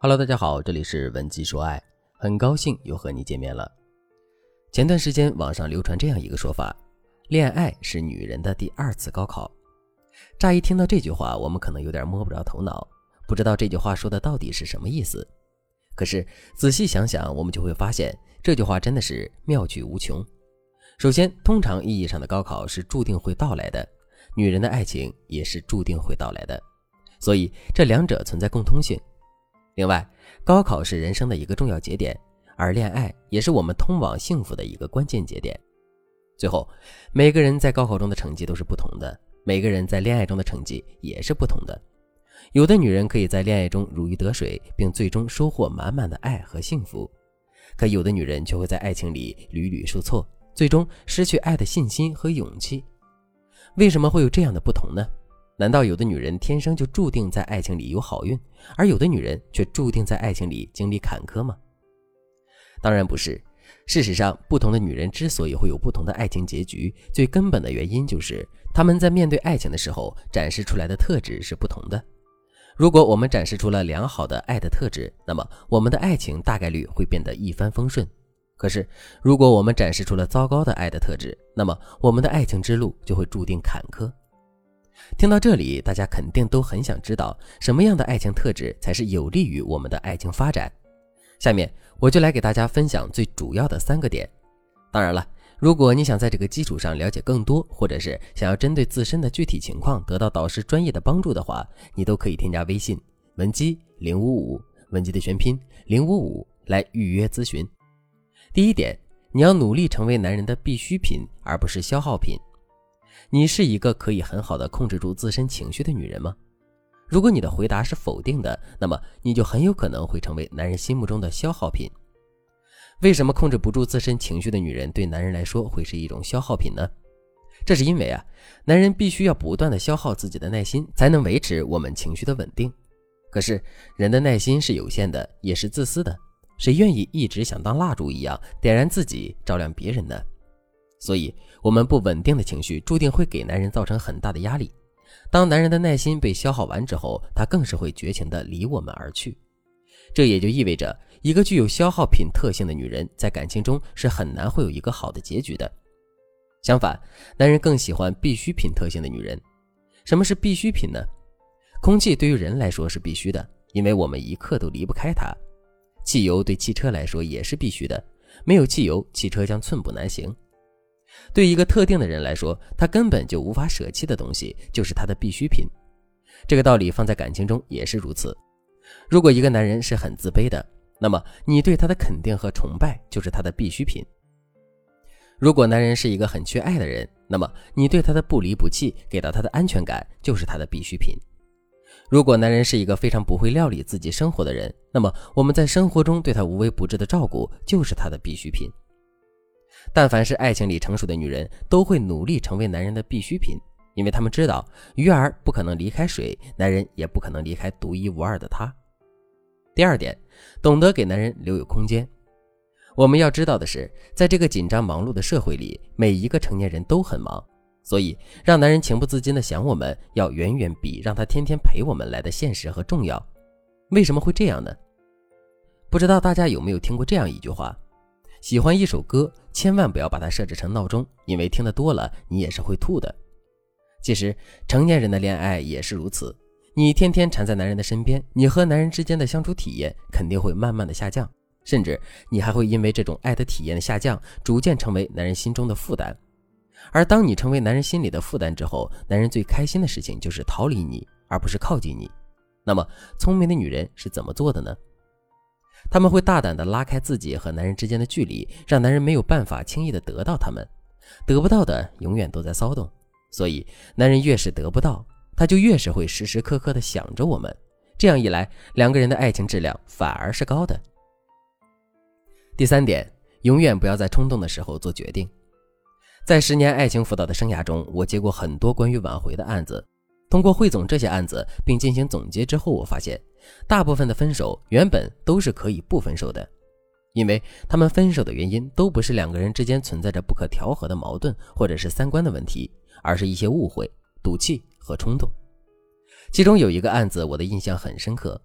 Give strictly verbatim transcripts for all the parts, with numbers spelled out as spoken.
Hello， 大家好，这里是文姬说爱，很高兴又和你见面了。前段时间网上流传这样一个说法，恋爱是女人的第二次高考。乍一听到这句话，我们可能有点摸不着头脑，不知道这句话说的到底是什么意思。可是仔细想想，我们就会发现这句话真的是妙趣无穷。首先，通常意义上的高考是注定会到来的，女人的爱情也是注定会到来的，所以这两者存在共通性。另外，高考是人生的一个重要节点，而恋爱也是我们通往幸福的一个关键节点。最后，每个人在高考中的成绩都是不同的，每个人在恋爱中的成绩也是不同的。有的女人可以在恋爱中如鱼得水，并最终收获满满的爱和幸福，可有的女人却会在爱情里屡屡受挫，最终失去爱的信心和勇气。为什么会有这样的不同呢？难道有的女人天生就注定在爱情里有好运，而有的女人却注定在爱情里经历坎坷吗？当然不是。事实上，不同的女人之所以会有不同的爱情结局，最根本的原因就是她们在面对爱情的时候展示出来的特质是不同的。如果我们展示出了良好的爱的特质，那么我们的爱情大概率会变得一帆风顺。可是如果我们展示出了糟糕的爱的特质，那么我们的爱情之路就会注定坎坷。听到这里，大家肯定都很想知道什么样的爱情特质才是有利于我们的爱情发展。下面我就来给大家分享最主要的三个点。当然了，如果你想在这个基础上了解更多，或者是想要针对自身的具体情况得到导师专业的帮助的话，你都可以添加微信文姬零五五，文姬的全拼零五五来预约咨询。第一点，你要努力成为男人的必需品，而不是消耗品。你是一个可以很好的控制住自身情绪的女人吗？如果你的回答是否定的，那么你就很有可能会成为男人心目中的消耗品。为什么控制不住自身情绪的女人对男人来说会是一种消耗品呢？这是因为啊，男人必须要不断的消耗自己的耐心，才能维持我们情绪的稳定。可是人的耐心是有限的，也是自私的，谁愿意一直想当蜡烛一样点燃自己照亮别人呢？所以我们不稳定的情绪注定会给男人造成很大的压力。当男人的耐心被消耗完之后，他更是会绝情地离我们而去。这也就意味着，一个具有消耗品特性的女人在感情中是很难会有一个好的结局的。相反，男人更喜欢必需品特性的女人。什么是必需品呢？空气对于人来说是必须的，因为我们一刻都离不开它。汽油对汽车来说也是必须的，没有汽油，汽车将寸步难行。对一个特定的人来说，他根本就无法舍弃的东西就是他的必需品。这个道理放在感情中也是如此。如果一个男人是很自卑的，那么你对他的肯定和崇拜就是他的必需品。如果男人是一个很缺爱的人，那么你对他的不离不弃，给到他的安全感就是他的必需品。如果男人是一个非常不会料理自己生活的人，那么我们在生活中对他无微不至的照顾就是他的必需品。但凡是爱情里成熟的女人，都会努力成为男人的必需品，因为他们知道鱼儿不可能离开水，男人也不可能离开独一无二的他。第二点，懂得给男人留有空间。我们要知道的是，在这个紧张忙碌的社会里，每一个成年人都很忙，所以让男人情不自禁地想我们，要远远比让他天天陪我们来的现实和重要。为什么会这样呢？不知道大家有没有听过这样一句话，喜欢一首歌，千万不要把它设置成闹钟，因为听得多了，你也是会吐的。其实，成年人的恋爱也是如此。你天天缠在男人的身边，你和男人之间的相处体验肯定会慢慢的下降，甚至你还会因为这种爱的体验的下降，逐渐成为男人心中的负担。而当你成为男人心里的负担之后，男人最开心的事情就是逃离你，而不是靠近你。那么，聪明的女人是怎么做的呢？他们会大胆地拉开自己和男人之间的距离，让男人没有办法轻易地得到他们，得不到的永远都在骚动。所以男人越是得不到，他就越是会时时刻刻地想着我们，这样一来，两个人的爱情质量反而是高的。第三点，永远不要在冲动的时候做决定。在十年爱情辅导的生涯中，我接过很多关于挽回的案子。通过汇总这些案子并进行总结之后，我发现大部分的分手原本都是可以不分手的，因为他们分手的原因都不是两个人之间存在着不可调和的矛盾或者是三观的问题，而是一些误会、赌气和冲动。其中有一个案子我的印象很深刻，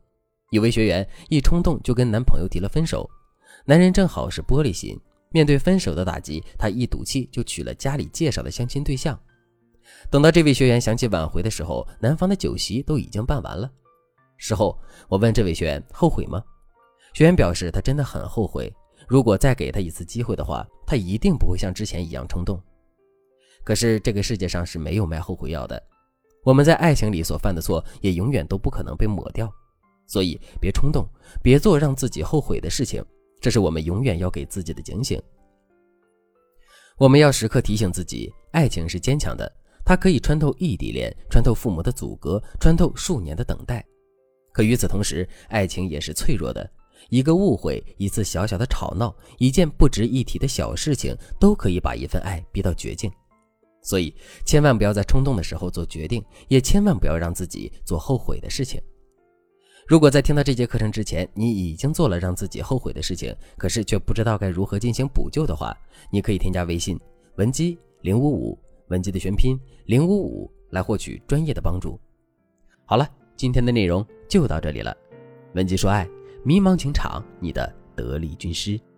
有位学员一冲动就跟男朋友提了分手，男人正好是玻璃心，面对分手的打击，他一赌气就娶了家里介绍的相亲对象。等到这位学员想起挽回的时候，男方的酒席都已经办完了。事后我问这位学员后悔吗？学员表示他真的很后悔，如果再给他一次机会的话，他一定不会像之前一样冲动。可是这个世界上是没有卖后悔药的，我们在爱情里所犯的错也永远都不可能被抹掉，所以别冲动，别做让自己后悔的事情，这是我们永远要给自己的警醒。我们要时刻提醒自己，爱情是坚强的，它可以穿透异地恋，穿透父母的阻隔，穿透数年的等待。可与此同时，爱情也是脆弱的，一个误会，一次小小的吵闹，一件不值一提的小事情，都可以把一份爱逼到绝境。所以千万不要在冲动的时候做决定，也千万不要让自己做后悔的事情。如果在听到这节课程之前，你已经做了让自己后悔的事情，可是却不知道该如何进行补救的话，你可以添加微信文姬零五五，文姬的全拼零五五，来获取专业的帮助。好了，今天的内容就到这里了。文姬说爱，迷茫情场，你的得力军师。